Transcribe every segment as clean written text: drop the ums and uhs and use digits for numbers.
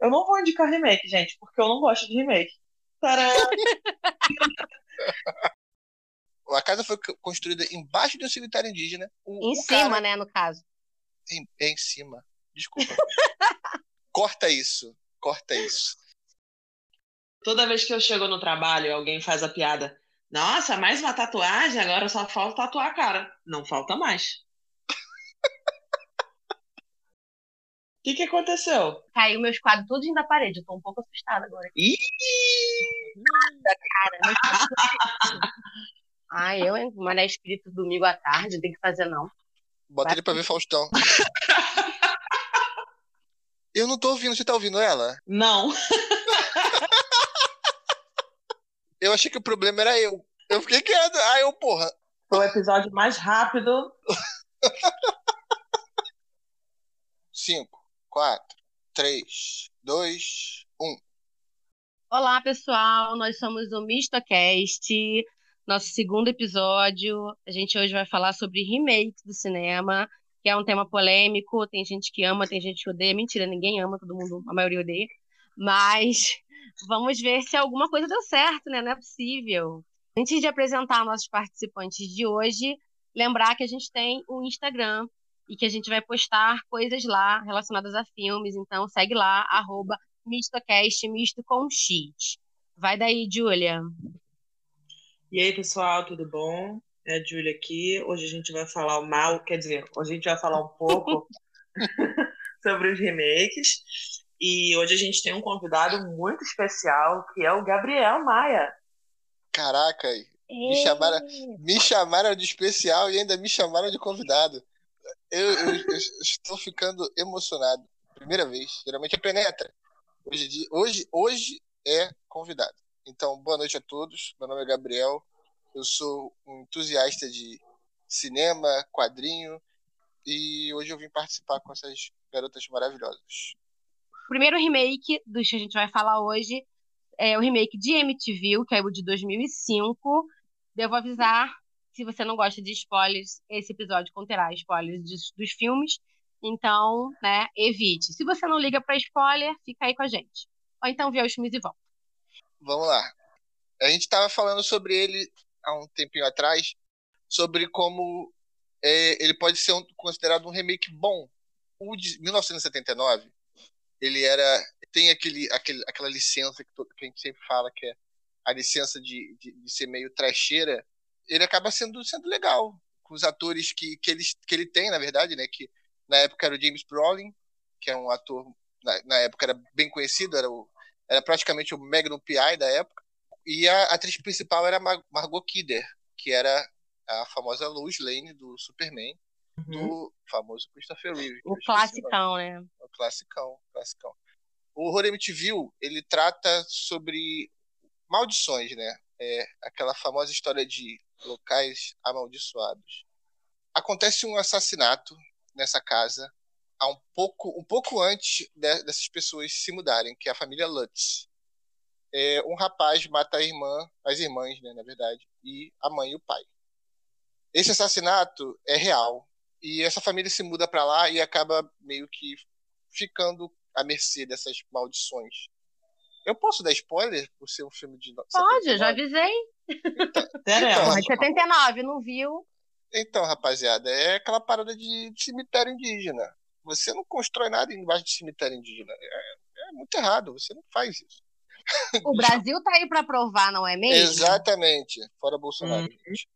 Eu não vou indicar remake, gente, porque eu não gosto de remake. Tcharam! A casa foi construída embaixo de um cemitério indígena. Em cima, né, no caso. Em cima. Desculpa. Corta isso. Toda vez que eu chego no trabalho e alguém faz a piada, nossa, mais uma tatuagem? Agora só falta tatuar a cara. Não falta mais. O que aconteceu? Caiu meus quadros todos da parede. Eu tô um pouco assustada agora. Ih! Cara, meus quadros. Ai, eu, hein? Mané espírito domingo à tarde, não tem que fazer, não. Bota ele pra ver Faustão. Eu não tô ouvindo, você tá ouvindo ela? Não. Eu achei que o problema era eu. Eu fiquei quieto. Porra. Foi o episódio mais rápido. 5, 4, 3, 2, 1. Olá, pessoal. Nós somos o MistoCast, nosso segundo episódio. A gente hoje vai falar sobre remakes do cinema, que é um tema polêmico. Tem gente que ama, tem gente que odeia. Mentira, ninguém ama, todo mundo, a maioria odeia. Mas vamos ver se alguma coisa deu certo, né? Não é possível. Antes de apresentar nossos participantes de hoje, lembrar que a gente tem um Instagram e que a gente vai postar coisas lá relacionadas a filmes. Então, segue lá, @MistoCast, misto com X. Vai daí, Júlia. E aí, pessoal, tudo bom? É a Júlia aqui. Hoje a gente vai falar hoje a gente vai falar um pouco sobre os remakes. E hoje a gente tem um convidado muito especial, que é o Gabriel Maia. Caraca, me chamaram de especial e ainda me chamaram de convidado. Eu estou ficando emocionado. Primeira vez. Geralmente é penetra. Hoje é convidado. Então, boa noite a todos. Meu nome é Gabriel. Eu sou um entusiasta de cinema, quadrinho. E hoje eu vim participar com essas garotas maravilhosas. O primeiro remake dos que a gente vai falar hoje é o remake de Amityville, que é o de 2005. Devo avisar, se você não gosta de spoilers, esse episódio conterá spoilers dos filmes. Então, né, evite. Se você não liga pra spoiler, fica aí com a gente. Ou então vê os filmes e volta. Vamos lá. A gente estava falando sobre ele há um tempinho atrás, sobre como ele pode ser considerado um remake bom. O de 1979, ele tem aquela licença que a gente sempre fala, que é a licença de ser meio trecheira. Ele acaba sendo legal, com os atores que ele tem, na verdade, né? Que na época era o James Brolin, que é um ator, na época era bem conhecido, era praticamente o Magnum P.I. da época. E a atriz principal era Margot Kidder, que era a famosa Lois Lane do Superman, do famoso Christopher Reeve. O classicão, né? O classicão. O Horror Amityville, ele trata sobre maldições, né? Aquela famosa história de locais amaldiçoados. Acontece um assassinato nessa casa um pouco antes dessas pessoas se mudarem, que é a família Lutz. Um rapaz mata as irmãs, né, na verdade, e a mãe e o pai. Esse assassinato é real. E essa família se muda para lá e acaba meio que ficando à mercê dessas maldições. Eu posso dar spoiler por ser um filme de... Pode, eu já avisei. Então, 79, não viu? Então, rapaziada, é aquela parada de cemitério indígena. Você não constrói nada embaixo de cemitério indígena. É muito errado, você não faz isso. O Brasil tá aí para provar, não é mesmo? Exatamente. Fora Bolsonaro, gente.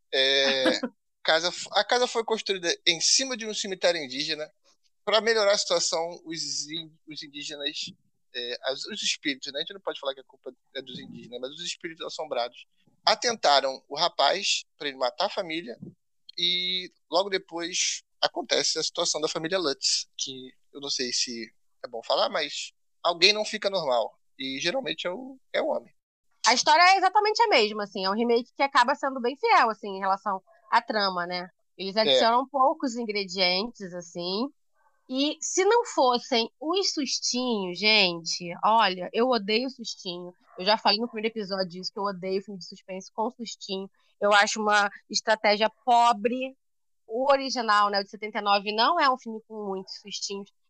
A casa foi construída em cima de um cemitério indígena. Para melhorar a situação, os indígenas, os espíritos, né? A gente não pode falar que a culpa é dos indígenas, mas os espíritos assombrados atentaram o rapaz para ele matar a família, e logo depois acontece a situação da família Lutz, que eu não sei se é bom falar, mas alguém não fica normal, e geralmente é o homem. A história é exatamente a mesma, assim, é um remake que acaba sendo bem fiel, assim, em relação à trama, né? Eles adicionam poucos ingredientes, assim, e se não fossem os sustinhos, gente, olha, eu odeio sustinho. Eu já falei no primeiro episódio disso, que eu odeio filme de suspense com sustinho. Eu acho uma estratégia pobre. O original, né, o de 79, não é um filme com muitos sustinhos.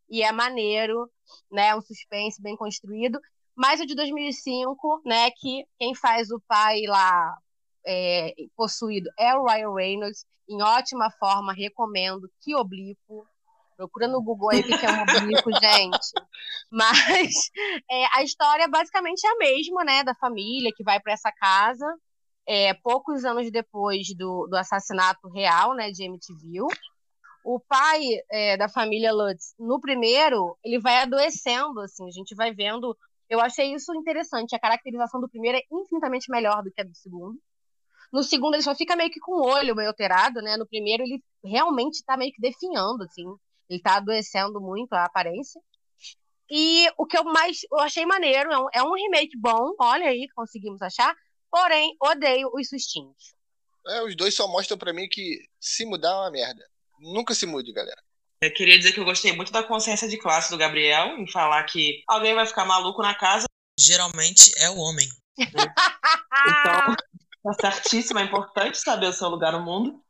e é maneiro, né? Um suspense bem construído. Mas o de 2005, né? Que quem faz o pai lá possuído é o Ryan Reynolds, em ótima forma, recomendo. Que oblíquo. Procura no Google aí o que é um oblíquo, gente. Mas a história basicamente é a mesma, né? Da família que vai para essa casa, poucos anos depois do assassinato real, né? De Amityville. O pai da família Lutz, no primeiro, ele vai adoecendo, assim, a gente vai vendo. Eu achei isso interessante. A caracterização do primeiro é infinitamente melhor do que a do segundo. No segundo, ele só fica meio que com o olho meio alterado, né? No primeiro, ele realmente tá meio que definhando, assim. Ele tá adoecendo muito a aparência. E o que eu achei maneiro é um remake bom, olha aí, conseguimos achar. Porém, odeio os sustinhos. Os dois só mostram pra mim que se mudar é uma merda. Nunca se mude, galera. Eu queria dizer que eu gostei muito da consciência de classe do Gabriel em falar que alguém vai ficar maluco na casa. Geralmente é o homem. Né? Então, tá certíssimo, é importante saber o seu lugar no mundo.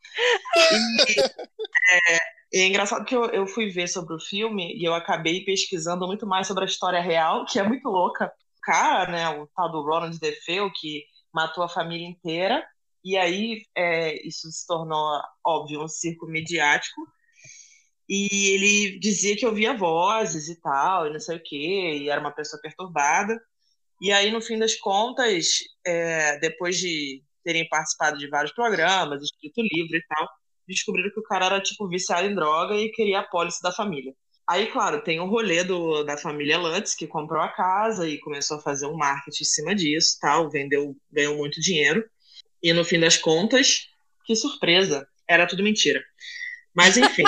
E é engraçado que eu fui ver sobre o filme e eu acabei pesquisando muito mais sobre a história real, que é muito louca. O cara, né, o tal do Ronald DeFeo, que matou a família inteira, e aí isso se tornou, óbvio, um circo midiático. E ele dizia que ouvia vozes e tal, e não sei o quê, e era uma pessoa perturbada. E aí, no fim das contas, depois de terem participado de vários programas, escrito livro e tal, descobriram que o cara era, tipo, viciado em droga e queria a pólice da família. Aí, claro, tem o rolê da família Lutz, que comprou a casa e começou a fazer um marketing em cima disso, tal, ganhou muito dinheiro. E no fim das contas, que surpresa, era tudo mentira. Mas enfim,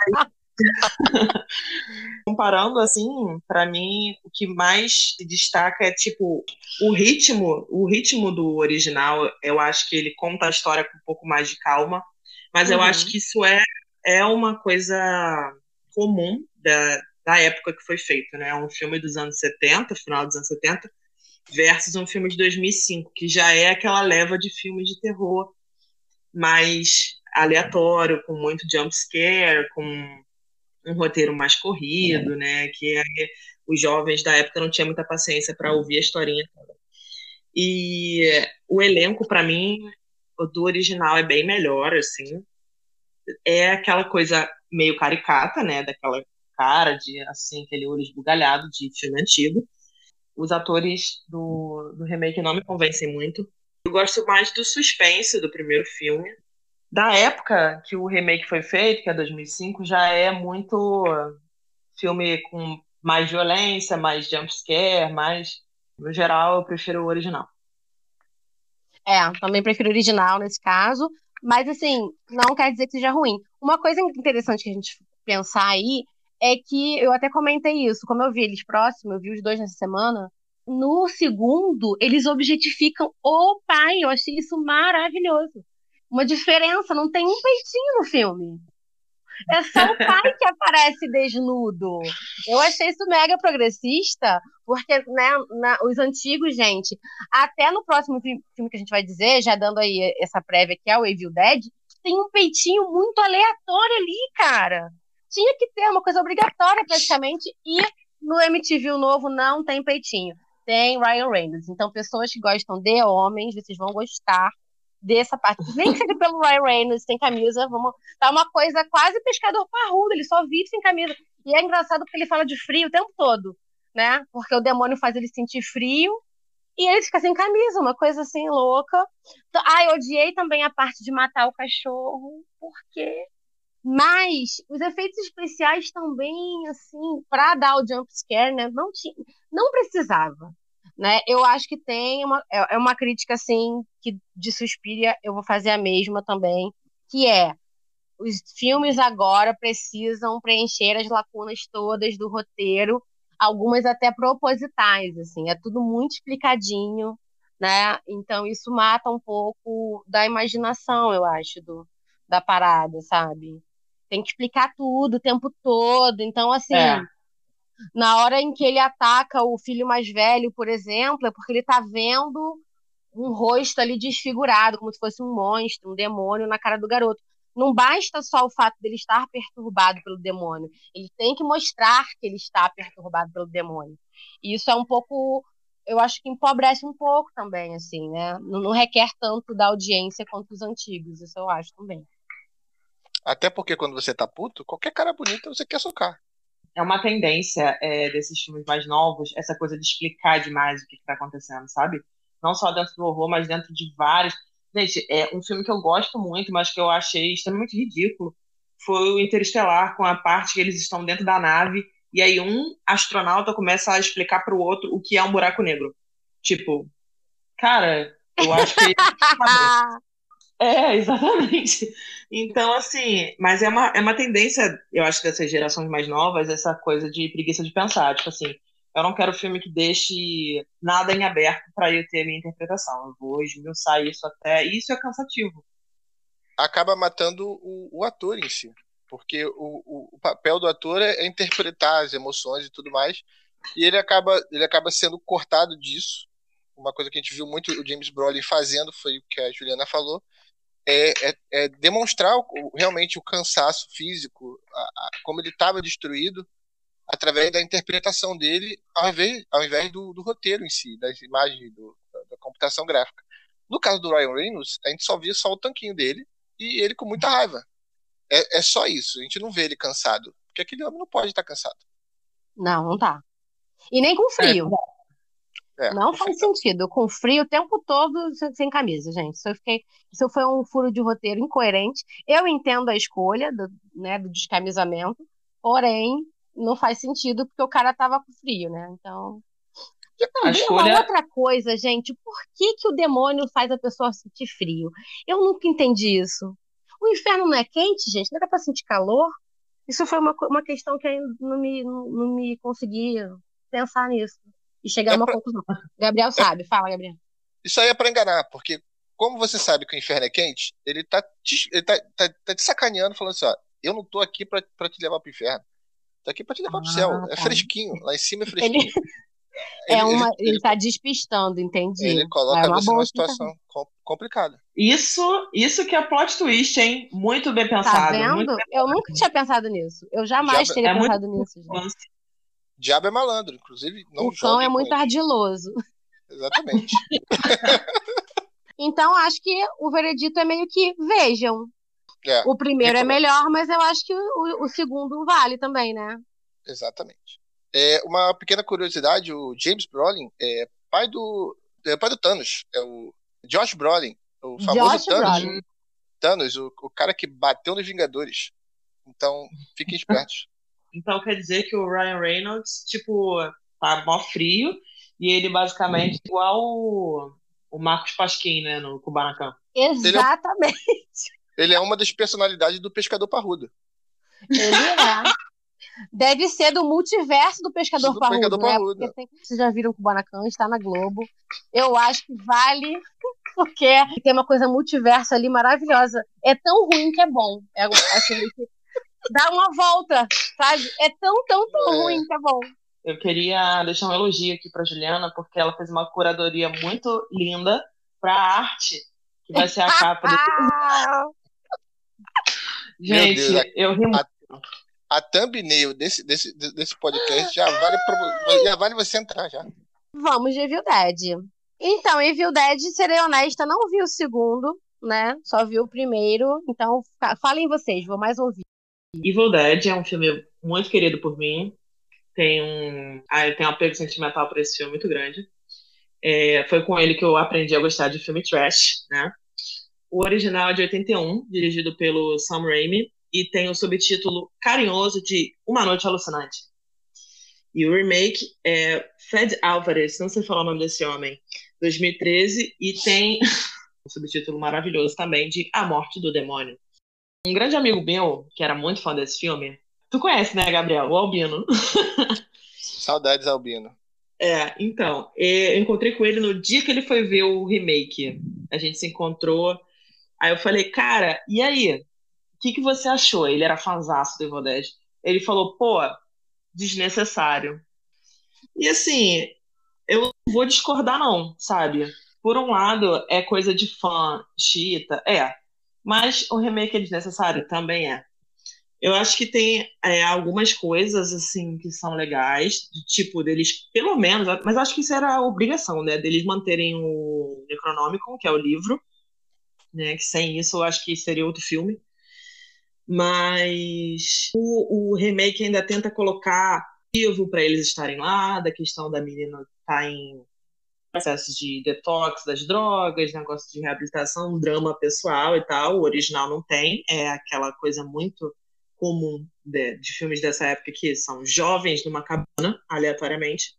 comparando assim, pra mim o que mais se destaca é tipo o ritmo do original. Eu acho que ele conta a história com um pouco mais de calma, mas eu acho que isso é uma coisa comum da época que foi feito, né? Um filme dos anos 70, final dos anos 70, versus um filme de 2005, que já é aquela leva de filmes de terror mais aleatório, com muito jump scare, com um roteiro mais corrido, né? Que os jovens da época não tinham muita paciência para ouvir a historinha toda. E o elenco, para mim, do original é bem melhor, assim. É aquela coisa meio caricata, né? Daquela cara de, assim, aquele olho esbugalhado de filme antigo. Os atores do remake não me convencem muito. Eu gosto mais do suspense do primeiro filme. Da época que o remake foi feito, que é 2005, já é muito filme com mais violência, mais jumpscare, mais... No geral, eu prefiro o original. Também prefiro o original nesse caso, mas assim, não quer dizer que seja ruim. Uma coisa interessante que a gente pensar aí é que eu até comentei isso, como eu vi eles próximos, eu vi os dois nessa semana, no segundo, eles objetificam o pai, eu achei isso maravilhoso. Uma diferença, não tem um peitinho no filme. É só o pai que aparece desnudo. Eu achei isso mega progressista, porque, né, os antigos, gente, até no próximo filme que a gente vai dizer, já dando aí essa prévia que é o Evil Dead, tem um peitinho muito aleatório ali, cara. Tinha que ter uma coisa obrigatória, praticamente, e no MTV novo não tem peitinho. Tem Ryan Reynolds. Então, pessoas que gostam de homens, vocês vão gostar dessa parte. Nem que seja pelo Ryan Reynolds, sem camisa, tá uma coisa quase pescador parrudo, ele só vive sem camisa. E é engraçado porque ele fala de frio o tempo todo, né? Porque o demônio faz ele sentir frio e ele fica sem camisa, uma coisa assim louca. Então, eu odiei também a parte de matar o cachorro, porque... Mas os efeitos especiais também, assim, pra dar o jump scare, né? Não precisava. Né? Eu acho que tem uma crítica assim que de Suspiria eu vou fazer a mesma também, que é os filmes agora precisam preencher as lacunas todas do roteiro, algumas até propositais, assim, é tudo muito explicadinho, né? Então isso mata um pouco da imaginação, eu acho, da parada, sabe? Tem que explicar tudo o tempo todo, então assim, na hora em que ele ataca o filho mais velho, por exemplo, é porque ele tá vendo um rosto ali desfigurado, como se fosse um monstro, um demônio na cara do garoto. Não basta só o fato dele estar perturbado pelo demônio. Ele tem que mostrar que ele está perturbado pelo demônio. E isso é um pouco, eu acho que empobrece um pouco também, assim, né? Não requer tanto da audiência quanto os antigos, isso eu acho também. Até porque quando você tá puto, qualquer cara bonita você quer socar. É uma tendência desses filmes mais novos, essa coisa de explicar demais o que está acontecendo, sabe? Não só dentro do horror, mas dentro de vários. Gente, é um filme que eu gosto muito, mas que eu achei extremamente ridículo. Foi o Interestelar, com a parte que eles estão dentro da nave, e aí um astronauta começa a explicar para o outro o que é um buraco negro. Tipo, cara, eu acho que. Exatamente. Então, assim, mas é uma tendência, eu acho, dessas gerações mais novas, essa coisa de preguiça de pensar. Tipo assim, eu não quero filme que deixe nada em aberto para eu ter a minha interpretação. Eu vou esmiuçar isso até. E isso é cansativo. Acaba matando o ator em si. Porque o papel do ator é interpretar as emoções e tudo mais. E ele acaba sendo cortado disso. Uma coisa que a gente viu muito o James Brolin fazendo, foi o que a Juliana falou, é demonstrar realmente o cansaço físico, como ele estava destruído, através da interpretação dele, ao invés do roteiro em si, das imagens, da computação gráfica. No caso do Ryan Reynolds, a gente só via só o tanquinho dele e ele com muita raiva. É só isso, a gente não vê ele cansado, porque aquele homem não pode estar cansado. Não tá. E nem com frio. Não faz sentido. Com frio o tempo todo sem camisa, gente. Isso foi um furo de roteiro incoerente. Eu entendo a escolha do descamisamento, porém, não faz sentido porque o cara tava com frio, né? Então. E A também uma escolha. outra coisa, gente. Por que o demônio faz a pessoa sentir frio? Eu nunca entendi isso. O inferno não é quente, gente? Não era pra sentir calor? Isso foi uma questão que ainda não me consegui pensar nisso e chegar a É uma pra- conclusão. Gabriel sabe. Fala, Gabriel. Isso aí é pra enganar, porque como você sabe que o inferno é quente, ele tá te sacaneando, falando assim, ó, eu não tô aqui pra te levar pro inferno. Tô aqui pra te levar pro céu. Ah, É tá. fresquinho, lá em cima é Ele, fresquinho. Ele, ele, ele ele, tá despistando, entendi. ele É coloca uma você numa boa sensação. situação complicada. Isso que é plot twist, hein? Muito bem Tá pensado. Muito vendo? bem... Eu nunca tinha pensado nisso. Eu jamais Diabo, teria É muito pensado nisso, gente. lance. diabo é malandro, inclusive O não cão é joguem com muito ele. ardiloso. Exatamente. Então, acho que o veredito é meio que vejam. É, O primeiro é recomendo. melhor, mas eu acho que o segundo vale também, né? Exatamente. Uma pequena curiosidade, o James Brolin é pai do Thanos, é o Josh Brolin, o famoso Josh Thanos. Brolin. Thanos, o cara que bateu nos Vingadores. Então, fiquem espertos. Então quer dizer que o Ryan Reynolds, tipo, tá mó frio e ele basicamente é igual o Marcos Pasquim, né, no Kubanacan. Ele é, Exatamente. ele é uma das personalidades do Pescador Parrudo. Ele é. Deve ser do multiverso do Pescador Do Pescador Parrudo, né? Porque Parrudo. vocês já viram que o Kubanacan está na Globo. Eu acho que vale, porque tem uma coisa multiverso ali maravilhosa. É tão ruim que é bom. Assim, dá uma volta, sabe? É tão É, ruim que é bom. Eu queria deixar um elogio aqui para Juliana, porque ela fez uma curadoria muito linda para a arte, que vai ser a capa do. Ah, meu Deus, Gente, eu ri muito. a, a thumbnail desse podcast já vale você entrar já. vamos de Evil Dead. Então, Evil Dead, serei honesta, não vi o segundo, né? Só vi o primeiro. Então, falem vocês, vou mais ouvir. Evil Dead é um filme muito querido por mim. Eu tenho um apego sentimental por esse filme muito grande. Foi com ele que eu aprendi a gostar de filme trash, né? O original é de 81, dirigido pelo Sam Raimi, e tem o subtítulo carinhoso de Uma Noite Alucinante. E o remake é Fed Alvarez, não sei falar o nome desse homem, 2013, e tem o subtítulo maravilhoso também de A Morte do Demônio. Um grande amigo meu, que era muito fã desse filme, tu conhece, né, Gabriel? O Albino. Saudades, Albino. Então, eu encontrei com ele no dia que ele foi ver o remake. A gente se encontrou. Aí eu falei, cara, e aí? O que você achou? Ele era fãzaço do Evil Dead. Ele falou, pô, desnecessário. E assim, eu não vou discordar não, sabe? Por um lado, é coisa de fã chita, Mas o remake é desnecessário? Também é. Eu acho que tem algumas coisas assim que são legais, de tipo deles, pelo menos, mas acho que isso era a obrigação, né, deles manterem o Necronomicon, que é o livro, né, que sem isso eu acho que seria outro filme. Mas o remake ainda tenta colocar vivo para eles estarem lá, da questão da menina estar em processo de detox das drogas, negócio de reabilitação, um drama pessoal e tal. O original não tem, é aquela coisa muito comum de filmes dessa época que são jovens numa cabana, aleatoriamente.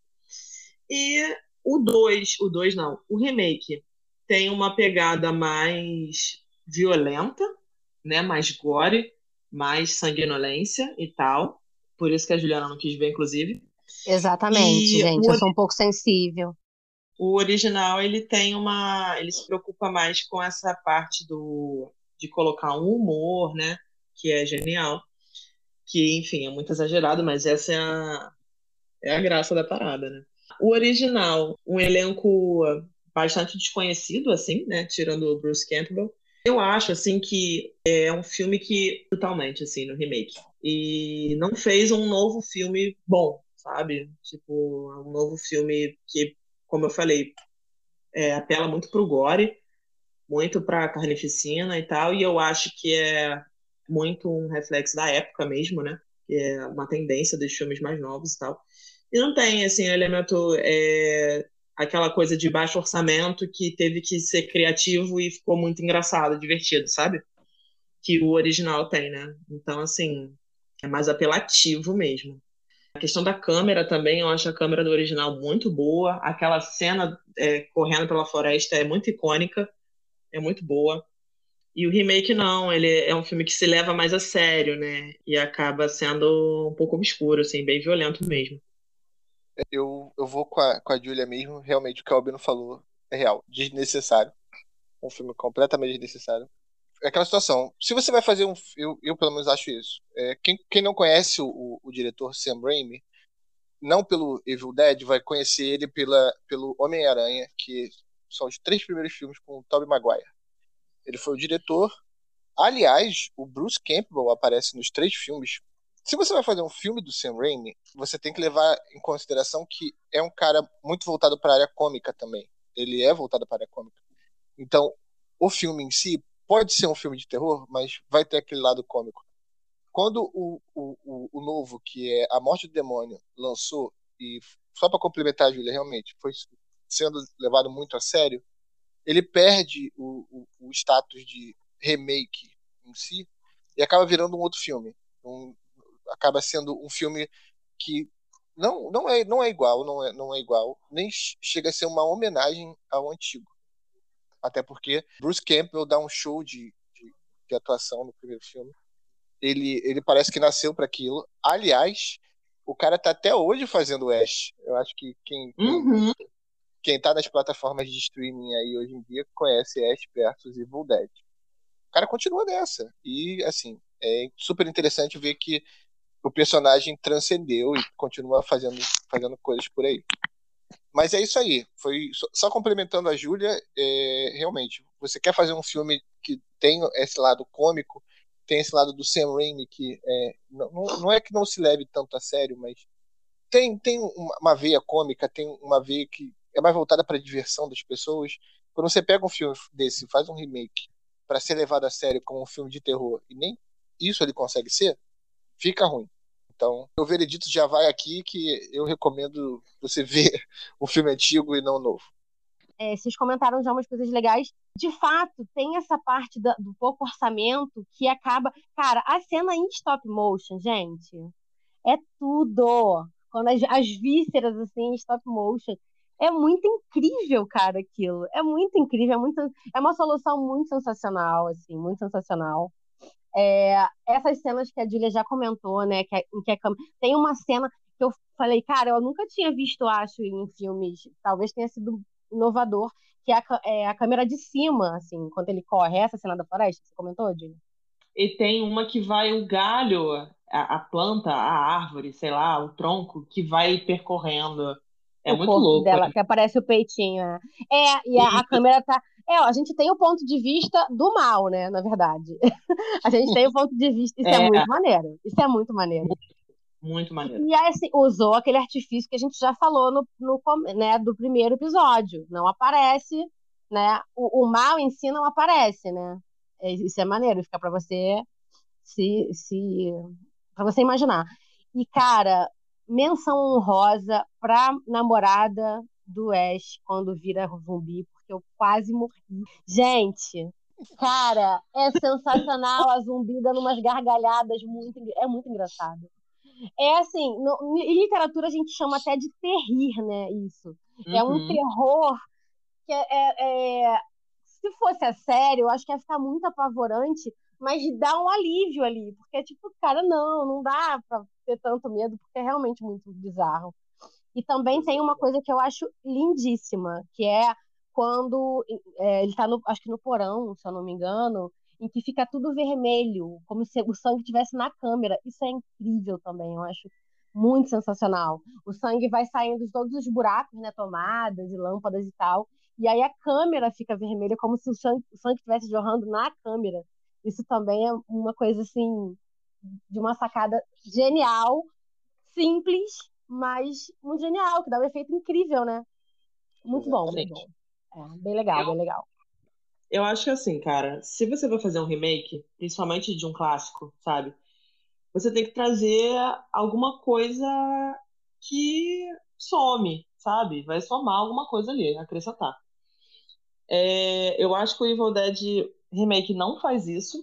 E o dois não, o remake tem uma pegada mais violenta, né, mais gore, mais sanguinolência e tal. Por isso que a Juliana não quis ver, inclusive. Exatamente, E gente. Eu sou um pouco sensível. o original, ele se preocupa mais com essa parte de colocar um humor, né, que é genial, que, enfim, é muito exagerado, mas essa é a graça da parada, né? O original, um elenco bastante desconhecido, assim, né, tirando o Bruce Campbell. Eu acho, assim, que é um filme que, totalmente, assim, no remake, e não fez um novo filme bom, sabe? Tipo, um novo filme que, como eu falei, apela muito pro gore, muito pra carnificina e tal, e eu acho que é muito um reflexo da época mesmo, né? Que é uma tendência dos filmes mais novos e tal. E não tem, assim, elemento, aquela coisa de baixo orçamento que teve que ser criativo e ficou muito engraçado, divertido, sabe? Que o original tem, né? Então, assim, é mais apelativo mesmo. A questão da câmera também, eu acho a câmera do original muito boa. Aquela cena correndo pela floresta é muito icônica, é muito boa. E o remake não, ele é um filme que se leva mais a sério, né? E acaba sendo um pouco obscuro, assim, bem violento mesmo. Eu vou com a Julia mesmo. Realmente, o que o Albino falou é real. Desnecessário. Um filme completamente desnecessário. É aquela situação. Se você vai fazer um. Eu pelo menos acho isso. Quem não conhece o diretor Sam Raimi, não pelo Evil Dead, vai conhecer ele pelo Homem-Aranha, que são os três primeiros filmes com o Tobey Maguire. Ele foi o diretor. Aliás, o Bruce Campbell aparece nos três filmes. Se você vai fazer um filme do Sam Raimi, você tem que levar em consideração que é um cara muito voltado para a área cômica também. Ele é voltado para a área cômica. Então, o filme em si pode ser um filme de terror, mas vai ter aquele lado cômico. Quando o novo, que é A Morte do Demônio, lançou, e só para complementar a Júlia, realmente, foi sendo levado muito a sério, ele perde o status de remake em si e acaba virando um outro filme. Acaba sendo um filme que não é igual, não é igual, nem chega a ser uma homenagem ao antigo. Até porque Bruce Campbell dá um show de atuação no primeiro filme. Ele parece que nasceu para aquilo. Aliás, o cara tá até hoje fazendo Ash. Eu acho que Uhum. quem tá nas plataformas de streaming aí hoje em dia conhece Ash versus Evil Dead. O cara continua nessa. E, assim, é super interessante ver que o personagem transcendeu e continua fazendo coisas por aí. Mas é isso aí. Foi só complementando a Júlia, realmente, você quer fazer um filme que tem esse lado cômico, tem esse lado do Sam Raimi que não é que não se leve tanto a sério, mas tem uma veia cômica, tem uma veia que é mais voltada para a diversão das pessoas. Quando você pega um filme desse, faz um remake para ser levado a sério como um filme de terror e nem isso ele consegue ser, fica ruim. Então, o veredito já vai aqui que eu recomendo você ver o filme antigo e não o novo. Vocês comentaram já umas coisas legais. De fato, tem essa parte do pouco orçamento que acaba. Cara, a cena em stop motion, gente, é tudo. Quando as vísceras, assim, em stop motion. É muito incrível, cara, aquilo. É muito incrível, é uma solução muito sensacional, assim, muito sensacional. Essas cenas que a Julia já comentou, né? Em que a câmera. Tem uma cena que eu falei, cara, eu nunca tinha visto, acho, em filmes, talvez tenha sido inovador, que é a câmera de cima, assim, enquanto ele corre. Essa cena da floresta, você comentou, Julia? E tem uma que vai o galho, a planta, a árvore, sei lá, o tronco, que vai percorrendo. É O muito corpo louco, dela, né? que aparece o peitinho. E a câmera tá. A gente tem o ponto de vista do mal, né? Na verdade. A gente tem o ponto de vista. Isso é É, muito maneiro. Isso é muito maneiro. muito maneiro. E aí, assim, usou aquele artifício que a gente já falou né, do primeiro episódio. Não aparece, né? O mal em si não aparece, né? Isso é maneiro, fica pra você se para você imaginar. E, cara, menção honrosa pra namorada do Ash quando vira zumbi, porque eu quase morri. Gente, cara, é sensacional a zumbi dando umas gargalhadas é muito engraçado. É assim, em literatura a gente chama até de terrir, né? Isso. É um Uhum. terror que se fosse a série, eu acho que ia ficar muito apavorante, mas dá um alívio ali, porque tipo, cara, não dá pra ter tanto medo, porque é realmente muito bizarro. E também tem uma coisa que eu acho lindíssima, que é quando ele tá acho que no porão, se eu não me engano, em que fica tudo vermelho, como se o sangue estivesse na câmera. Isso é incrível também, eu acho muito sensacional. O sangue vai saindo de todos os buracos, né, tomadas e lâmpadas e tal, e aí a câmera fica vermelha, como se o sangue estivesse jorrando na câmera. Isso também é uma coisa assim de uma sacada genial, simples, mas muito genial, que dá um efeito incrível, né? Muito bom, muito Exatamente. bom. Bem legal, bem legal. Eu acho que assim, cara, se você vai fazer um remake, principalmente de um clássico, sabe? Você tem que trazer alguma coisa que some, sabe? Vai somar alguma coisa ali, acrescentar. Eu acho que o Evil Dead Remake não faz isso.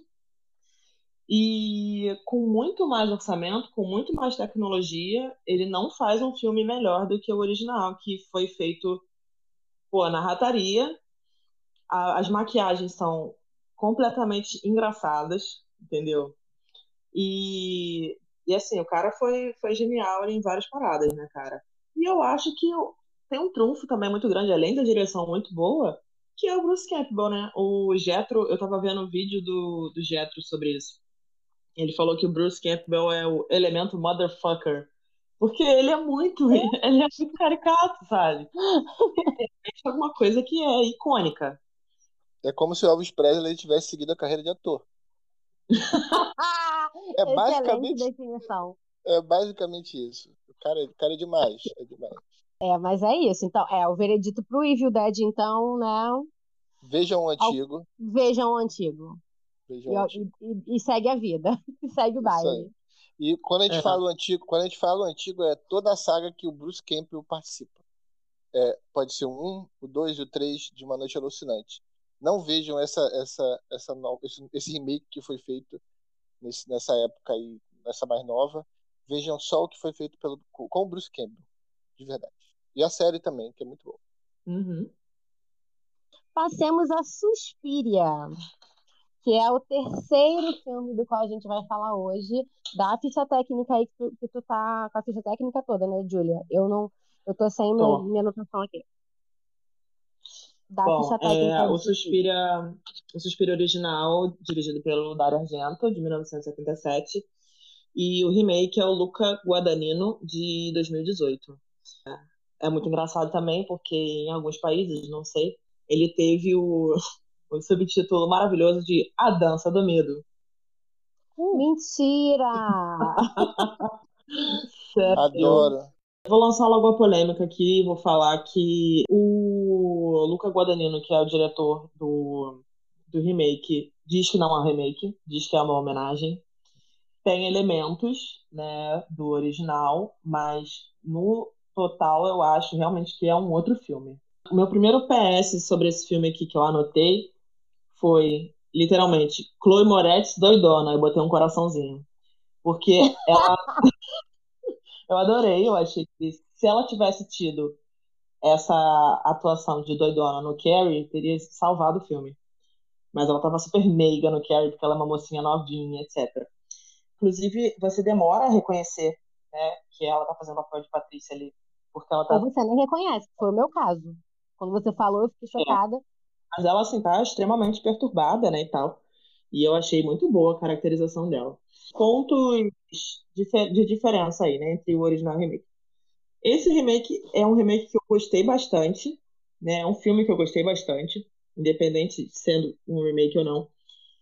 E com muito mais orçamento, com muito mais tecnologia, ele não faz um filme melhor do que o original, que foi feito, pô, na rataria. As maquiagens são completamente engraçadas, entendeu? E, e assim, o cara foi genial em várias paradas, né, cara? E eu acho que tem um trunfo também muito grande, além da direção muito boa, que é o Bruce Campbell, né? O Jethro, eu tava vendo um vídeo do Jethro sobre isso. Ele falou que o Bruce Campbell é o elemento motherfucker. Porque ele é muito, ele é muito caricato, sabe? É alguma coisa que é icônica. É como se o Elvis Presley tivesse seguido a carreira de ator. É Excelente basicamente, definição. é basicamente isso. O cara é demais, é demais. Mas é isso. Então, o veredito pro Evil Dead, então, né? Vejam o ao- antigo, Vejam o antigo. vejam E, o antigo. e segue a vida. E segue o Isso aí. baile. E quando a gente É. fala o antigo, quando a gente fala o antigo é toda a saga que o Bruce Campbell participa. Pode ser o 1, o 2 e o 3 de Uma Noite Alucinante. Não vejam esse remake que foi feito nessa época aí, nessa mais nova. Vejam só o que foi feito com o Bruce Campbell, de verdade. E a série também, que é muito boa. Uhum. Passemos a Suspiria, que é o terceiro filme do qual a gente vai falar hoje. Dá a ficha técnica aí que tu tá com a ficha técnica toda, né, Júlia? Eu não, eu tô sem Tô. minha anotação aqui. Dá a Bom, ficha técnica aí o de Suspiria. Suspira original, dirigido pelo Dario Argento, de 1977, e o remake é o Luca Guadagnino, de 2018. É muito engraçado também, porque em alguns países, não sei, ele teve o subtítulo maravilhoso de A Dança do Medo. Mentira! Sério. Adoro. Vou lançar logo a polêmica aqui, vou falar que o Luca Guadagnino, que é o diretor do remake, diz que não é um remake, diz que é uma homenagem. Tem elementos, né, do original, mas no total eu acho realmente que é um outro filme. O meu primeiro PS sobre esse filme aqui que eu anotei foi, literalmente, Chloe Moretz doidona, eu botei um coraçãozinho. Porque eu adorei, eu achei que se ela tivesse tido essa atuação de doidona no Carrie, teria salvado o filme. Mas ela tava super meiga no Carrie, porque ela é uma mocinha novinha, etc. Inclusive, você demora a reconhecer, né, que ela tá fazendo o papel de Patrícia ali. Porque ela Ou tá. você nem reconhece, que foi o meu caso. Quando você falou, eu fiquei É, chocada. mas ela, assim, tá extremamente perturbada, né, e tal. E eu achei muito boa a caracterização dela. Pontos de diferença aí, né, entre o original e o remake. Esse remake é um remake que eu gostei bastante, né, é um filme que eu gostei bastante. independente de sendo um remake ou não.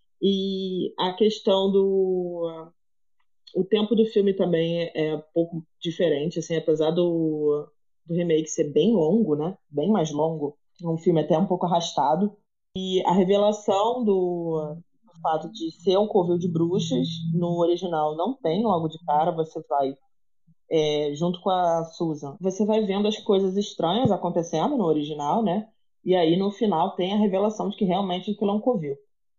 E a questão do o tempo do filme também é um pouco diferente, assim, apesar do remake ser bem longo, né? Bem mais longo. Um filme até um pouco arrastado. E a revelação do fato de ser um covil de bruxas no original não tem logo de cara. Você vai, junto com a Susan, você vai vendo as coisas estranhas acontecendo no original, né? E aí no final tem a revelação de que realmente aquilo é um covil.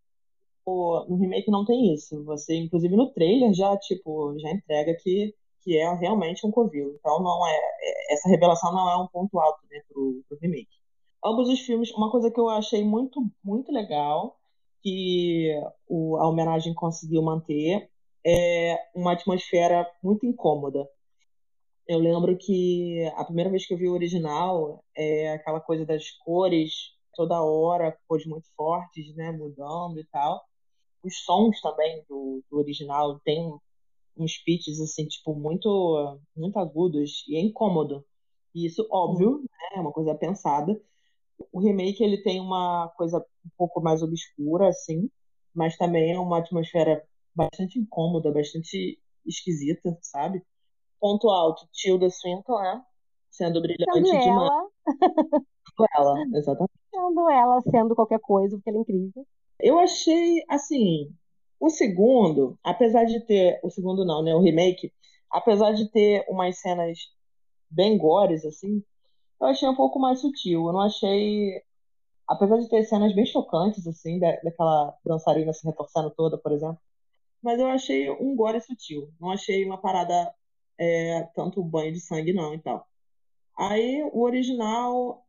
No remake não tem isso. Você, inclusive no trailer, já, tipo, já entrega que é realmente um covil. Então não essa revelação não é um ponto alto, né, pro remake. Ambos os filmes, uma coisa que eu achei muito, muito legal, que a homenagem conseguiu manter, é uma atmosfera muito incômoda. Eu lembro que a primeira vez que eu vi o original, aquela coisa das cores toda hora, cores muito fortes, né, mudando e tal. Os sons também do original tem uns pitches assim, tipo, muito, muito agudos e é incômodo. E isso, óbvio, né, é uma coisa pensada. O remake ele tem uma coisa um pouco mais obscura, assim, mas também é uma atmosfera bastante incômoda, bastante esquisita, sabe? Ponto alto, Tilda Swinton, né? Sendo Sendo brilhante demais ela, ela, exatamente. sendo qualquer coisa, porque ela é incrível. Eu achei, assim, o segundo, apesar de ter, o segundo não, né, o remake, apesar de ter umas cenas bem gores, assim, eu achei um pouco mais sutil. Eu não achei, apesar de ter cenas bem chocantes, assim, daquela dançarina se retorcendo toda, por exemplo, mas eu achei um gore sutil. Não achei uma parada, tanto banho de sangue, não, e tal. Aí, o original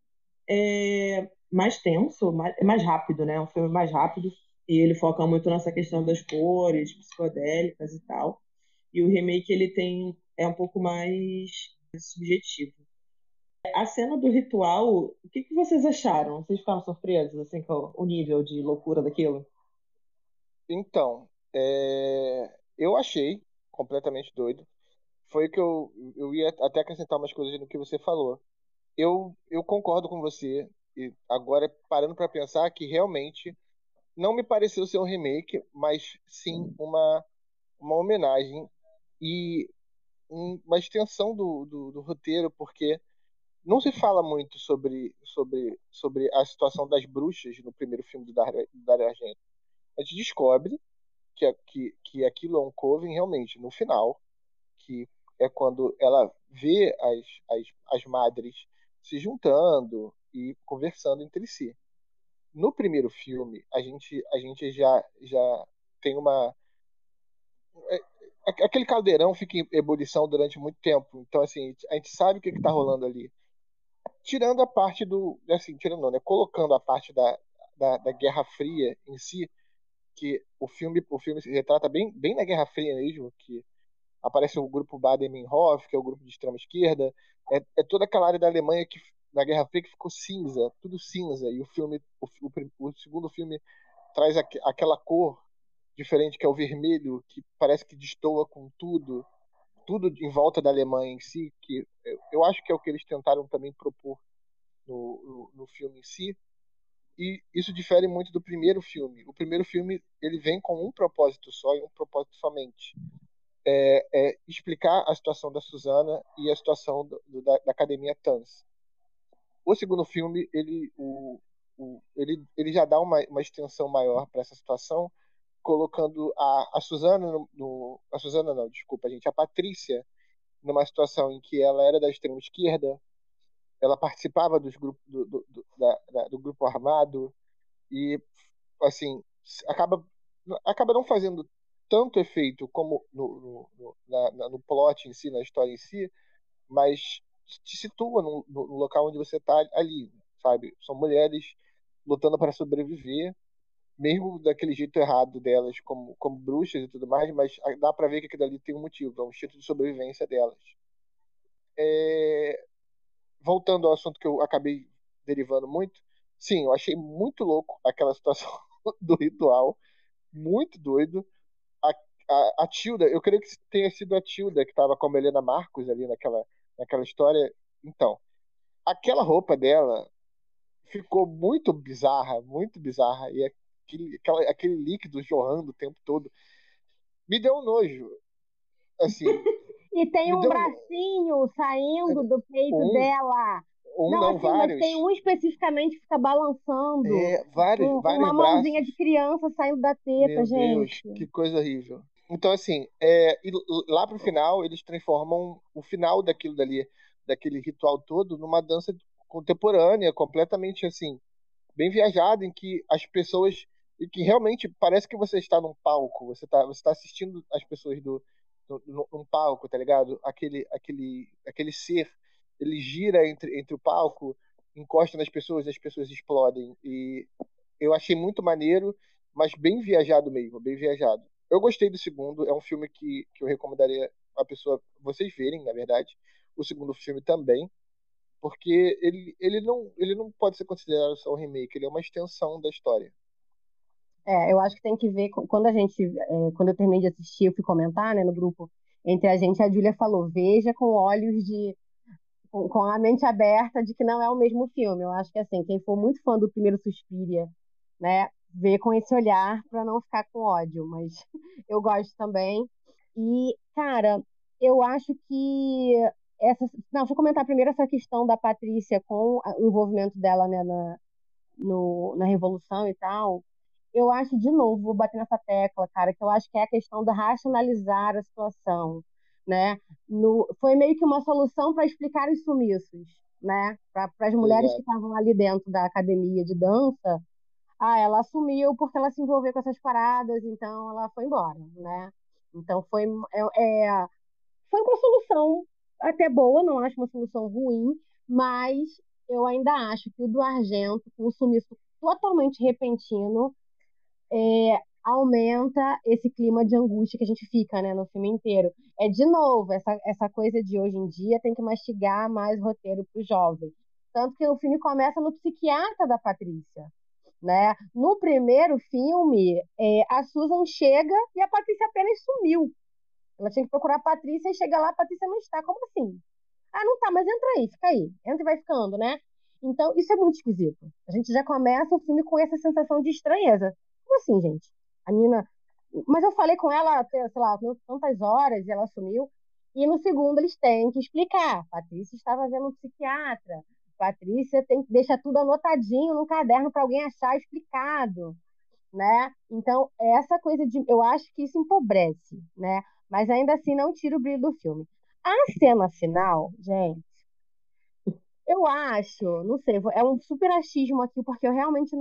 é mais tenso, mais rápido, né? É um filme mais rápido. E ele foca muito nessa questão das cores, psicodélicas e tal. E o remake ele tem é um pouco mais subjetivo. A cena do ritual, o que que vocês acharam? Vocês ficaram surpresos assim com o nível de loucura daquilo? Então, eu achei completamente doido. Foi que eu ia até acrescentar umas coisas no que você falou. Eu concordo com você, e agora parando para pensar que realmente não me pareceu ser um remake, mas sim uma homenagem e uma extensão do roteiro, porque não se fala muito sobre a situação das bruxas no primeiro filme do Dario Argento. A gente descobre que aquilo é um coven realmente no final, que é quando ela vê as madres se juntando e conversando entre si. No primeiro filme, a gente já tem uma. Aquele caldeirão fica em ebulição durante muito tempo. Então, assim, a gente sabe o que está rolando ali. Tirando a parte do. Assim, tirando não, né? Colocando a parte da Guerra Fria em si, que o filme se retrata bem na Guerra Fria mesmo, que aparece o grupo Baden-Meinhof, que é o grupo de extrema esquerda, é toda aquela área da Alemanha que na Guerra Fria que ficou cinza, tudo cinza, e o segundo filme traz aquela cor diferente que é o vermelho, que parece que destoa com tudo em volta da Alemanha em si, que eu acho que é o que eles tentaram também propor no filme em si, e isso difere muito do primeiro filme. O primeiro filme ele vem com um propósito só e um propósito somente, explicar a situação da Susana e a situação da Academia Tans. O segundo filme, ele já dá uma extensão maior para essa situação, colocando a Susana a Susana não, desculpa, gente, a Patrícia numa situação em que ela era da extrema esquerda, ela participava dos grupos do grupo armado e assim acaba não fazendo tanto efeito como no plot em si, na história em si, mas te situa no local onde você está ali, sabe? São mulheres lutando para sobreviver, mesmo daquele jeito errado delas, como bruxas e tudo mais, mas dá para ver que aquilo ali tem um motivo, é um instinto de sobrevivência delas. É, Voltando ao assunto que eu acabei derivando muito, sim, eu achei muito louco aquela situação do ritual, muito doido. A, a Tilda, eu creio que tenha sido a Tilda que estava com a Helena Marcos ali naquela história. Então, aquela roupa dela ficou muito bizarra, muito bizarra. E aquele líquido jorrando o tempo todo me deu um nojo. Assim, E tem me um deu bracinho saindo do peito um, dela. um Não, não, assim, mas vários. tem um especificamente que fica balançando, com Vários uma mãozinha de braços. criança saindo da teta, Meu gente. Deus, que coisa horrível. Então, assim, e lá pro final, eles transformam o final daquilo dali, daquele ritual todo, numa dança contemporânea, completamente, assim, bem viajada, em que as pessoas. E que realmente parece que você está num palco, você tá assistindo as pessoas num palco, tá ligado? Aquele ser, ele gira entre o palco, encosta nas pessoas e as pessoas explodem. E eu achei muito maneiro, mas bem viajado mesmo, bem viajado. Eu gostei do segundo, é um filme que eu recomendaria a pessoa, vocês verem, na verdade, o segundo filme também, porque ele não pode ser considerado só um remake, ele é uma extensão da história. Eu acho que tem que ver, quando eu terminei de assistir, eu fui comentar, né, no grupo entre a gente, a Júlia falou, veja com olhos com a mente aberta de que não é o mesmo filme. Eu acho que, assim, quem for muito fã do primeiro Suspiria, né, vê com esse olhar para não ficar com ódio, mas eu gosto também. E, cara, eu acho que não, deixa eu comentar primeiro essa questão da Patrícia com o envolvimento dela, né, na Revolução e tal. Eu acho, de novo, vou bater nessa tecla, cara, que eu acho que é a questão de racionalizar a situação, né? Foi meio que uma solução para explicar os sumiços, né? Para as mulheres que Exato. estavam ali dentro da academia de dança. Ah, ela assumiu porque ela se envolveu com essas paradas, então ela foi embora, né? Então foi uma solução até boa, não acho uma solução ruim, mas eu ainda acho que o do Argento, com o sumiço totalmente repentino, aumenta esse clima de angústia que a gente fica, né, no filme inteiro. É, de novo, essa coisa de hoje em dia tem que mastigar mais roteiro para o jovem. Tanto que o filme começa no psiquiatra da Patrícia, né? No primeiro filme, a Susan chega e a Patrícia apenas sumiu. Ela tinha que procurar a Patrícia e chega lá, a Patrícia não está. Como assim? Ah, não tá, mas entra aí, fica aí. Entra e vai ficando, né? Então, isso é muito esquisito. A gente já começa o filme com essa sensação de estranheza. Como assim, gente? A menina. Mas eu falei com ela, sei lá, tantas horas e ela sumiu. E no segundo eles têm que explicar. Patrícia estava vendo um psiquiatra. Patrícia tem que deixar tudo anotadinho no caderno para alguém achar explicado, né? Então, essa coisa de. Eu acho que isso empobrece, né? Mas ainda assim não tira o brilho do filme. A cena final, gente, eu acho, não sei, é um super achismo aqui, porque eu realmente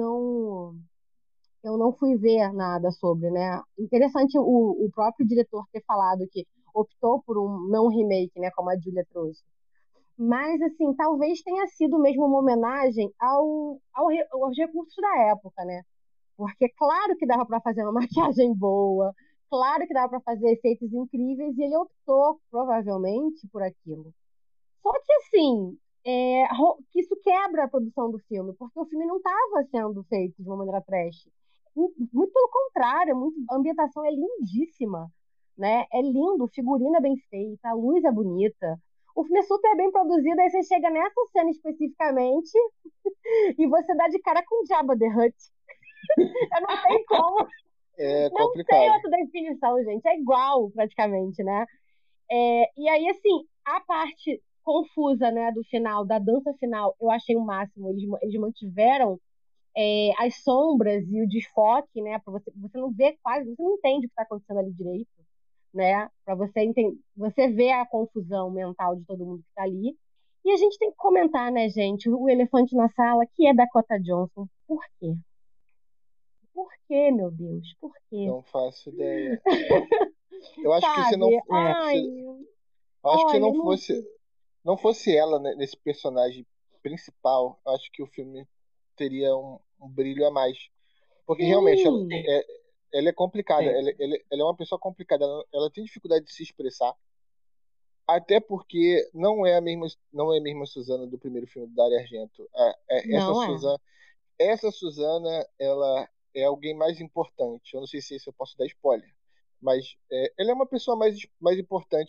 eu não fui ver nada sobre, né? Interessante o próprio diretor ter falado que optou por um não remake, né? Como a Julia trouxe. Mas, assim, talvez tenha sido mesmo uma homenagem aos recursos da época, né? Porque claro que dava para fazer uma maquiagem boa, claro que dava para fazer efeitos incríveis, e ele optou, provavelmente, por aquilo. Só que, assim, que isso quebra a produção do filme, porque o filme não estava sendo feito de uma maneira trash. Muito pelo contrário, a ambientação é lindíssima, né? É lindo, o figurino é bem feita, a luz é bonita. O filme é super bem produzido, aí você chega nessa cena especificamente e você dá de cara com Jabba the Hutt. Eu não sei como, É não tem complicado. outra definição, gente. É igual, praticamente, né? E aí, assim, a parte confusa, né, do final, da dança final, eu achei o máximo. Eles mantiveram as sombras e o desfoque, né, para você não ver quase, você não entende o que está acontecendo ali direito, né, para você entender, você vê a confusão mental de todo mundo que está ali. E a gente tem que comentar, né, gente, o elefante na sala, que é Dakota Johnson. Por quê? Por quê, meu Deus? Por quê? Não faço ideia. Eu acho que se não, Sabe? Ai, eu acho que se olha, não não. não fosse ela, né, nesse personagem principal, eu acho que o filme teria um brilho a mais. Porque realmente Sim. ela é complicada, É. ela é uma pessoa complicada, ela tem dificuldade de se expressar, até porque não é a mesma Susana do primeiro filme do Dario Argento. Não é. Essa Susana, ela é alguém mais importante. Eu não sei se eu posso dar spoiler, mas ela é uma pessoa mais importante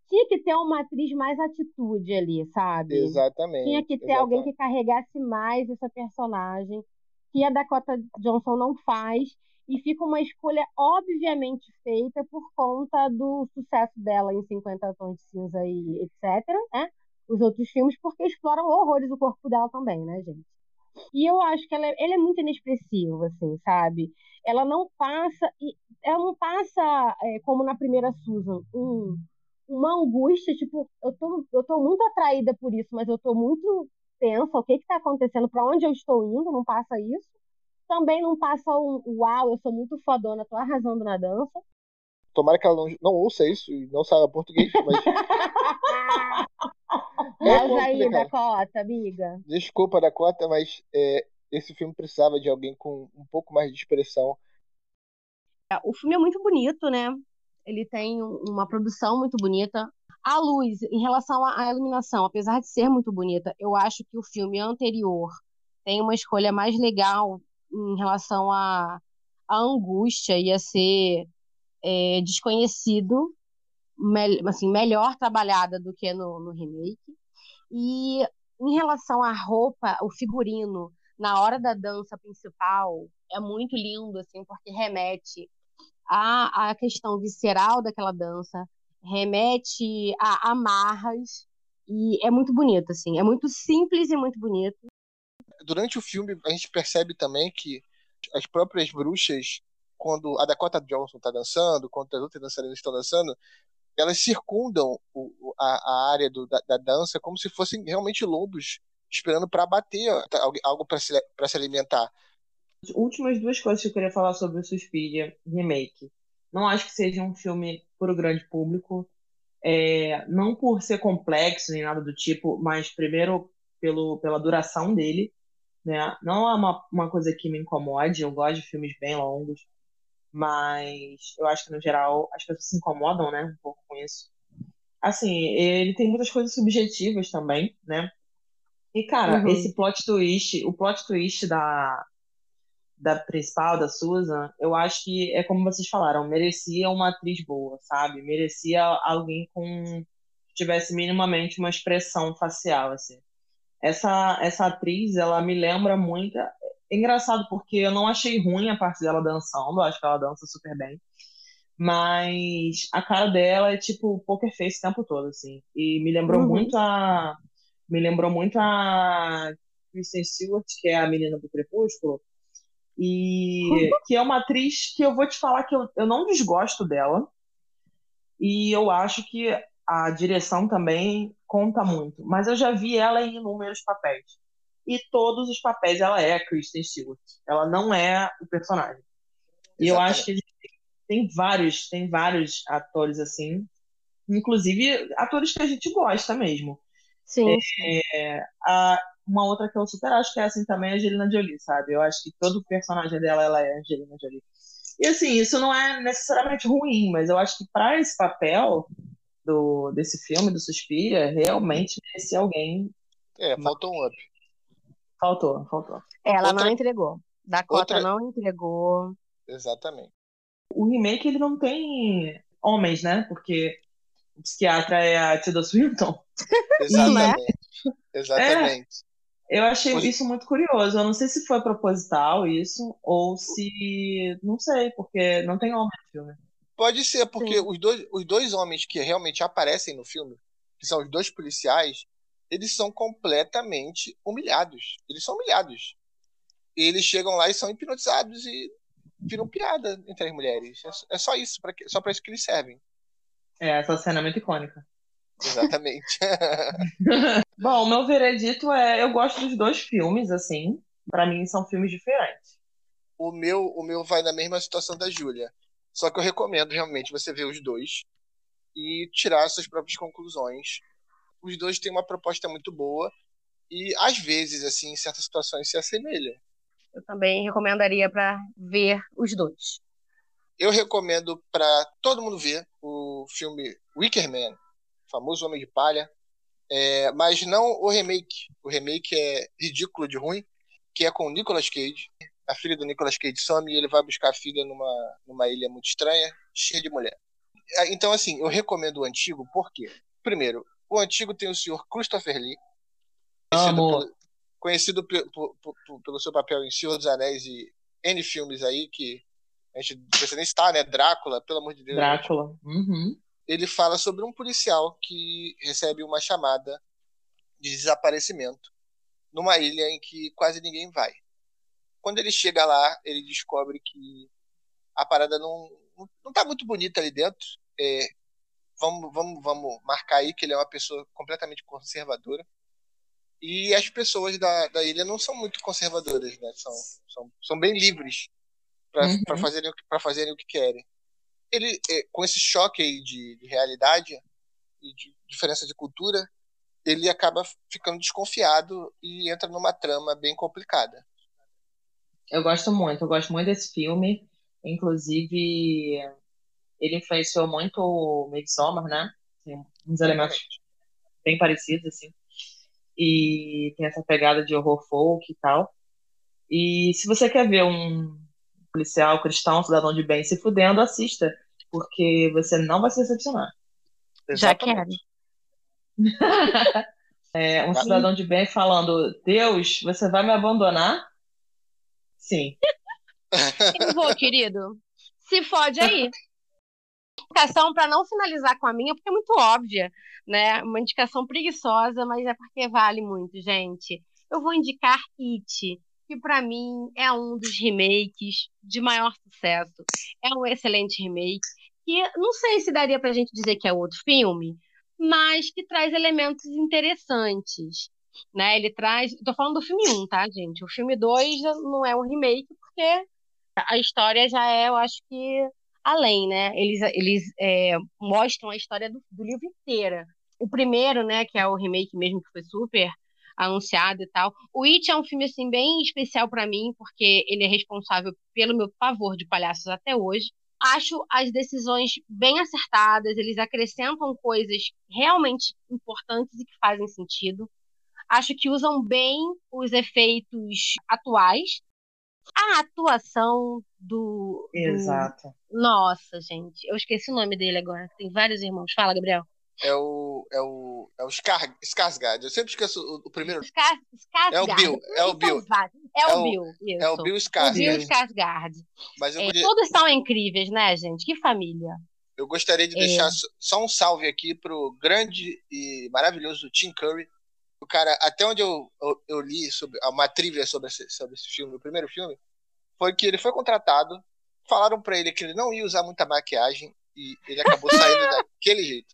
tinha que ter uma atriz mais atitude ali, sabe? Tinha Exatamente, que ter alguém que exatamente. carregasse mais essa personagem, que a Dakota Johnson não faz, e fica uma escolha obviamente feita por conta do sucesso dela em 50 Tons de Cinza e etc, né? Os outros filmes, porque exploram horrores o corpo dela também, né, gente? E eu acho que ela é muito inexpressiva, assim, sabe? Ela não passa, ela não passa, como na primeira Susan, uma angústia, tipo, eu tô muito atraída por isso, mas eu tô muito tensa, o que que tá acontecendo, pra onde eu estou indo, não passa isso. Também não passa uau, eu sou muito fodona, tô arrasando na dança. Tomara que ela não ouça isso e não saiba português, mas é Mas aí, complicado. Dakota, amiga. Desculpa, Dakota, mas esse filme precisava de alguém com um pouco mais de expressão. O filme é muito bonito, né? Ele tem uma produção muito bonita. A luz, em relação à iluminação, apesar de ser muito bonita, eu acho que o filme anterior tem uma escolha mais legal em relação à angústia e a ser desconhecido, assim, melhor trabalhada do que no remake. E em relação à roupa, o figurino, na hora da dança principal, é muito lindo, assim, porque remete à questão visceral daquela dança, remete a amarras, e é muito bonito, assim, é muito simples e muito bonito. Durante o filme, a gente percebe também que as próprias bruxas, quando a Dakota Johnson está dançando, quando as outras dançarinas estão dançando, elas circundam a área da dança como se fossem realmente lobos esperando para abater algo para se alimentar. As últimas duas coisas que eu queria falar sobre o Suspiria Remake. Não acho que seja um filme para o grande público, não por ser complexo nem nada do tipo, mas primeiro pela duração dele, né? Não é uma coisa que me incomode, eu gosto de filmes bem longos, mas eu acho que no geral as pessoas se incomodam, né, um pouco com isso. Assim, ele tem muitas coisas subjetivas também, né? E cara, Uhum. esse plot twist, o plot twist da principal, da Susan, eu acho que é como vocês falaram, merecia uma atriz boa, sabe? Merecia alguém que tivesse minimamente uma expressão facial, assim. Essa atriz, ela me lembra muito. É engraçado porque eu não achei ruim a parte dela dançando, eu acho que ela dança super bem. Mas a cara dela é tipo poker face o tempo todo, assim. E Uhum. me lembrou muito a Kristen Stewart, que é a menina do Crepúsculo, e que é uma atriz que eu vou te falar que eu não desgosto dela, e eu acho que a direção também conta muito. Mas eu já vi ela em inúmeros papéis. E todos os papéis ela é a Kristen Stewart. Ela não é o personagem. E eu acho Exatamente. que tem vários atores assim, inclusive atores que a gente gosta mesmo. Sim, sim. Uma outra que eu super acho que é assim também é a Angelina Jolie, sabe? Eu acho que todo personagem dela ela é a Angelina Jolie. E assim, isso não é necessariamente ruim, mas eu acho que para esse papel desse filme, do Suspiria, realmente merecia alguém. Faltou um up. Faltou. Ela não Outra, entregou. Dakota outra, não entregou. exatamente. O remake ele não tem homens, né? Porque o psiquiatra é a Tilda Swinton. E Né? Exatamente. é, Exatamente. eu achei Os- isso muito curioso. Eu não sei se foi proposital isso, ou se. Não sei, porque não tem homem no filme. Pode ser, porque Sim. os dois homens que realmente aparecem no filme, que são os dois policiais, eles são completamente humilhados. Eles são humilhados. E eles chegam lá e são hipnotizados e viram piada entre as mulheres. É só isso, só para isso que eles servem. Essa cena é muito icônica. Exatamente. Bom, o meu veredito é: eu gosto dos dois filmes, assim. Pra mim são filmes diferentes. O meu vai na mesma situação da Júlia. Só que eu recomendo realmente você ver os dois e tirar suas próprias conclusões. Os dois têm uma proposta muito boa e, às vezes, assim, em certas situações se assemelham. Eu também recomendaria para ver os dois. Eu recomendo para todo mundo ver o filme Wicker Man, famoso Homem de Palha, mas não o remake. O remake é ridículo de ruim, que é com o Nicolas Cage. A filha do Nicolas Cage some e ele vai buscar a filha numa ilha muito estranha, cheia de mulher. Então, assim, eu recomendo o antigo, por quê? Primeiro, o antigo tem o senhor Christopher Lee, conhecido Amo. pelo seu papel em Senhor dos Anéis e N filmes aí, que a gente não precisa nem citar, né? Drácula, pelo amor de Deus. Drácula. Uhum. Ele fala sobre um policial que recebe uma chamada de desaparecimento numa ilha em que quase ninguém vai. Quando ele chega lá, ele descobre que a parada não tá muito bonita ali dentro. Vamos marcar aí que ele é uma pessoa completamente conservadora. E as pessoas da ilha não são muito conservadoras, né? São bem livres para fazerem o que querem. Ele, com esse choque aí de realidade e de diferença de cultura, ele acaba ficando desconfiado e entra numa trama bem complicada. Eu gosto muito desse filme. Inclusive, ele influenciou muito o Midsommar, né? Tem uns elementos bem parecidos, assim. E tem essa pegada de horror folk e tal. E se você quer ver um policial cristão, cidadão de bem se fudendo, assista, porque você não vai se decepcionar. Já quero. Um cidadão de bem falando: Deus, você vai me abandonar? Sim. Eu vou, querido. Se fode aí. Indicação para não finalizar com a minha, porque é muito óbvia, né? Uma indicação preguiçosa, mas é porque vale muito, gente. Eu vou indicar It, que para mim é um dos remakes de maior sucesso. É um excelente remake, que não sei se daria pra gente dizer que é outro filme, mas que traz elementos interessantes, né? Ele traz, tô falando do filme 1, tá, gente? O filme 2 não é um remake, porque a história já é, eu acho que além, né? Eles mostram a história do livro inteira. O primeiro, né, que é o remake mesmo, que foi super anunciado e tal. O It é um filme, assim, bem especial pra mim, porque ele é responsável pelo meu pavor de palhaços até hoje. Acho as decisões bem acertadas, eles acrescentam coisas realmente importantes e que fazem sentido. Acho que usam bem os efeitos atuais. A atuação do... Exato. Nossa, gente, eu esqueci o nome dele agora. Tem vários irmãos. Fala, Gabriel. É o Skarsgård. Eu sempre esqueço o primeiro. Skarsgård. É o Bill. É o Bill, isso. É o Bill Skarsgård. O Bill Skarsgård. Mas todos são incríveis, né, gente? Que família. Eu gostaria de deixar só um salve aqui pro grande e maravilhoso Tim Curry. O cara, até onde eu li sobre uma trivia sobre esse filme, o primeiro filme, foi que ele foi contratado, falaram pra ele que ele não ia usar muita maquiagem e ele acabou saindo daquele jeito.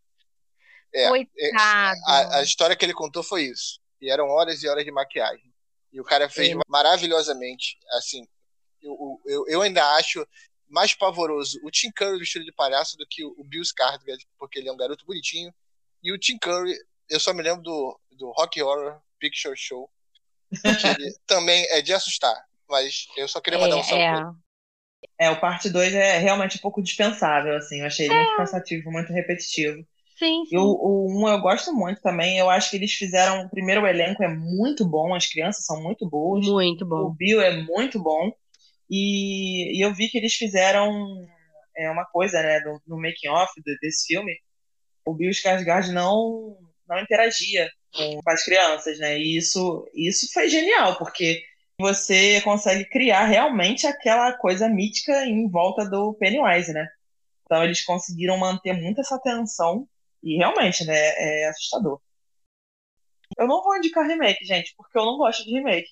Coitado. A história que ele contou foi isso. E eram horas e horas de maquiagem. E o cara fez maravilhosamente. Assim, eu ainda acho mais pavoroso o Tim Curry vestido de palhaço do que o Bill Skarsgård, porque ele é um garoto bonitinho. E o Tim Curry, eu só me lembro do Rocky Horror Picture Show, que ele também é de assustar. Mas eu só queria mandar um salve pra ele. O parte 2 é realmente um pouco dispensável, assim. Eu achei ele muito cansativo, muito repetitivo. Sim. E o 1 eu gosto muito também. Eu acho que eles fizeram... Primeiro, o elenco é muito bom. As crianças são muito boas. Muito bom. O Bill é muito bom. E eu vi que eles fizeram uma coisa, né? No making of desse filme. O Bill Skarsgård não interagia com as crianças, né? E isso foi genial, porque você consegue criar realmente aquela coisa mítica em volta do Pennywise, né? Então eles conseguiram manter muito essa tensão e realmente, né, é assustador. Eu não vou indicar remake, gente, porque eu não gosto de remake.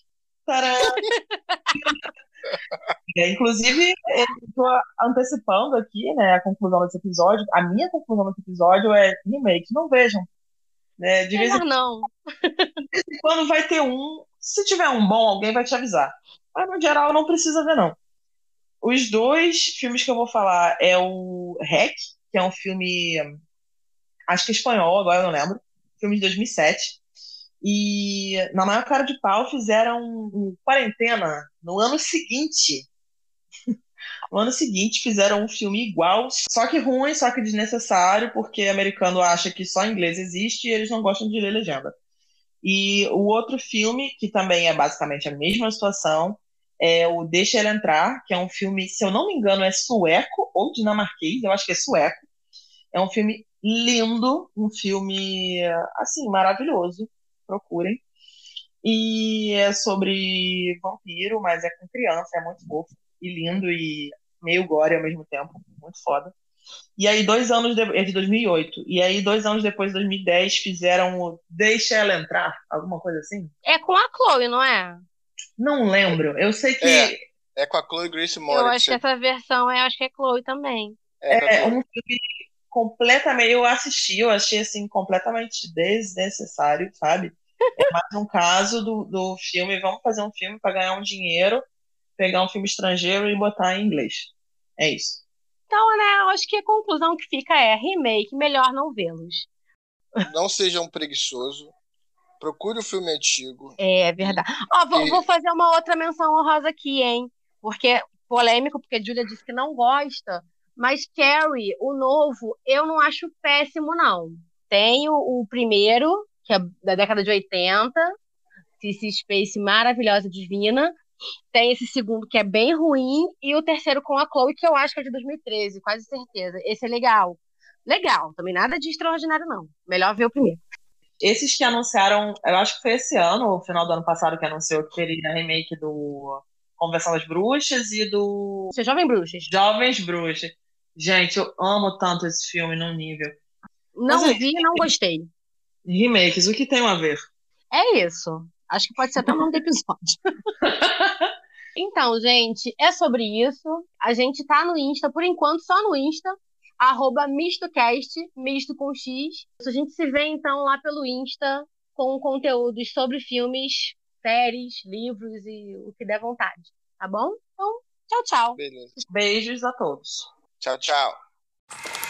Inclusive, eu estou antecipando aqui, né, a conclusão desse episódio. A minha conclusão desse episódio é remake. Não vejam. Né? De vez em quando vai ter um. Se tiver um bom, alguém vai te avisar. Mas, no geral, não precisa ver, não. Os 2 filmes que eu vou falar é o REC, que é um filme, acho que espanhol, agora eu não lembro. Filme de 2007. E, na maior cara de pau, fizeram Quarentena no ano seguinte. No ano seguinte, fizeram um filme igual, só que ruim, só que desnecessário, porque americano acha que só inglês existe e eles não gostam de ler legenda. E o outro filme, que também é basicamente a mesma situação, é o Deixa Ele Entrar, que é um filme, se eu não me engano, é sueco ou dinamarquês, eu acho que é sueco, É um filme lindo, um filme, assim, maravilhoso. Procurem. E é sobre vampiro, mas é com criança, é muito fofo e lindo e meio gore ao mesmo tempo, muito foda. E aí, 2 anos é de 2008. E aí, 2 anos depois, em 2010, fizeram o Deixa Ela Entrar, alguma coisa assim. É com a Chloe, não é? Não lembro. Eu sei É, que é com a Chloe Grace Eu Moretz. acho que essa versão acho que é Chloe também. É com a é Chloe. um filme completamente. Eu assisti, eu achei assim completamente desnecessário, sabe? É mais um caso do filme. Vamos fazer um filme para ganhar um dinheiro, pegar um filme estrangeiro e botar em inglês. É isso. Então, né, eu acho que a conclusão que fica é remake, melhor não vê-los. Não seja um preguiçoso. Procure o filme antigo. É verdade. Ó, vou fazer uma outra menção honrosa aqui, hein? Porque polêmico, porque a Júlia disse que não gosta. Mas Carrie, o novo, eu não acho péssimo, não. Tem o primeiro, que é da década de 80, Sissy Space maravilhosa, divina. Tem esse segundo, que é bem ruim. E o terceiro com a Chloe, que eu acho que é de 2013, quase certeza. Esse é legal. Legal, também nada de extraordinário, não. Melhor ver o primeiro. Esses que anunciaram, eu acho que foi esse ano, ou final do ano passado, que anunciou que teria remake do Conversão das Bruxas e do Você é Jovem Bruxas. Jovens Bruxas. Gente, eu amo tanto esse filme num nível. Mas Não vi, não gostei. remakes, o que tem a ver? É isso. Acho que pode ser até o nome do episódio. Então, gente, é sobre isso. A gente tá no Insta, por enquanto, só no Insta, @mistocast, misto com X. A gente se vê, então, lá pelo Insta, com conteúdos sobre filmes, séries, livros e o que der vontade. Tá bom? Então, tchau, tchau. Beleza. Beijos a todos. Tchau, tchau.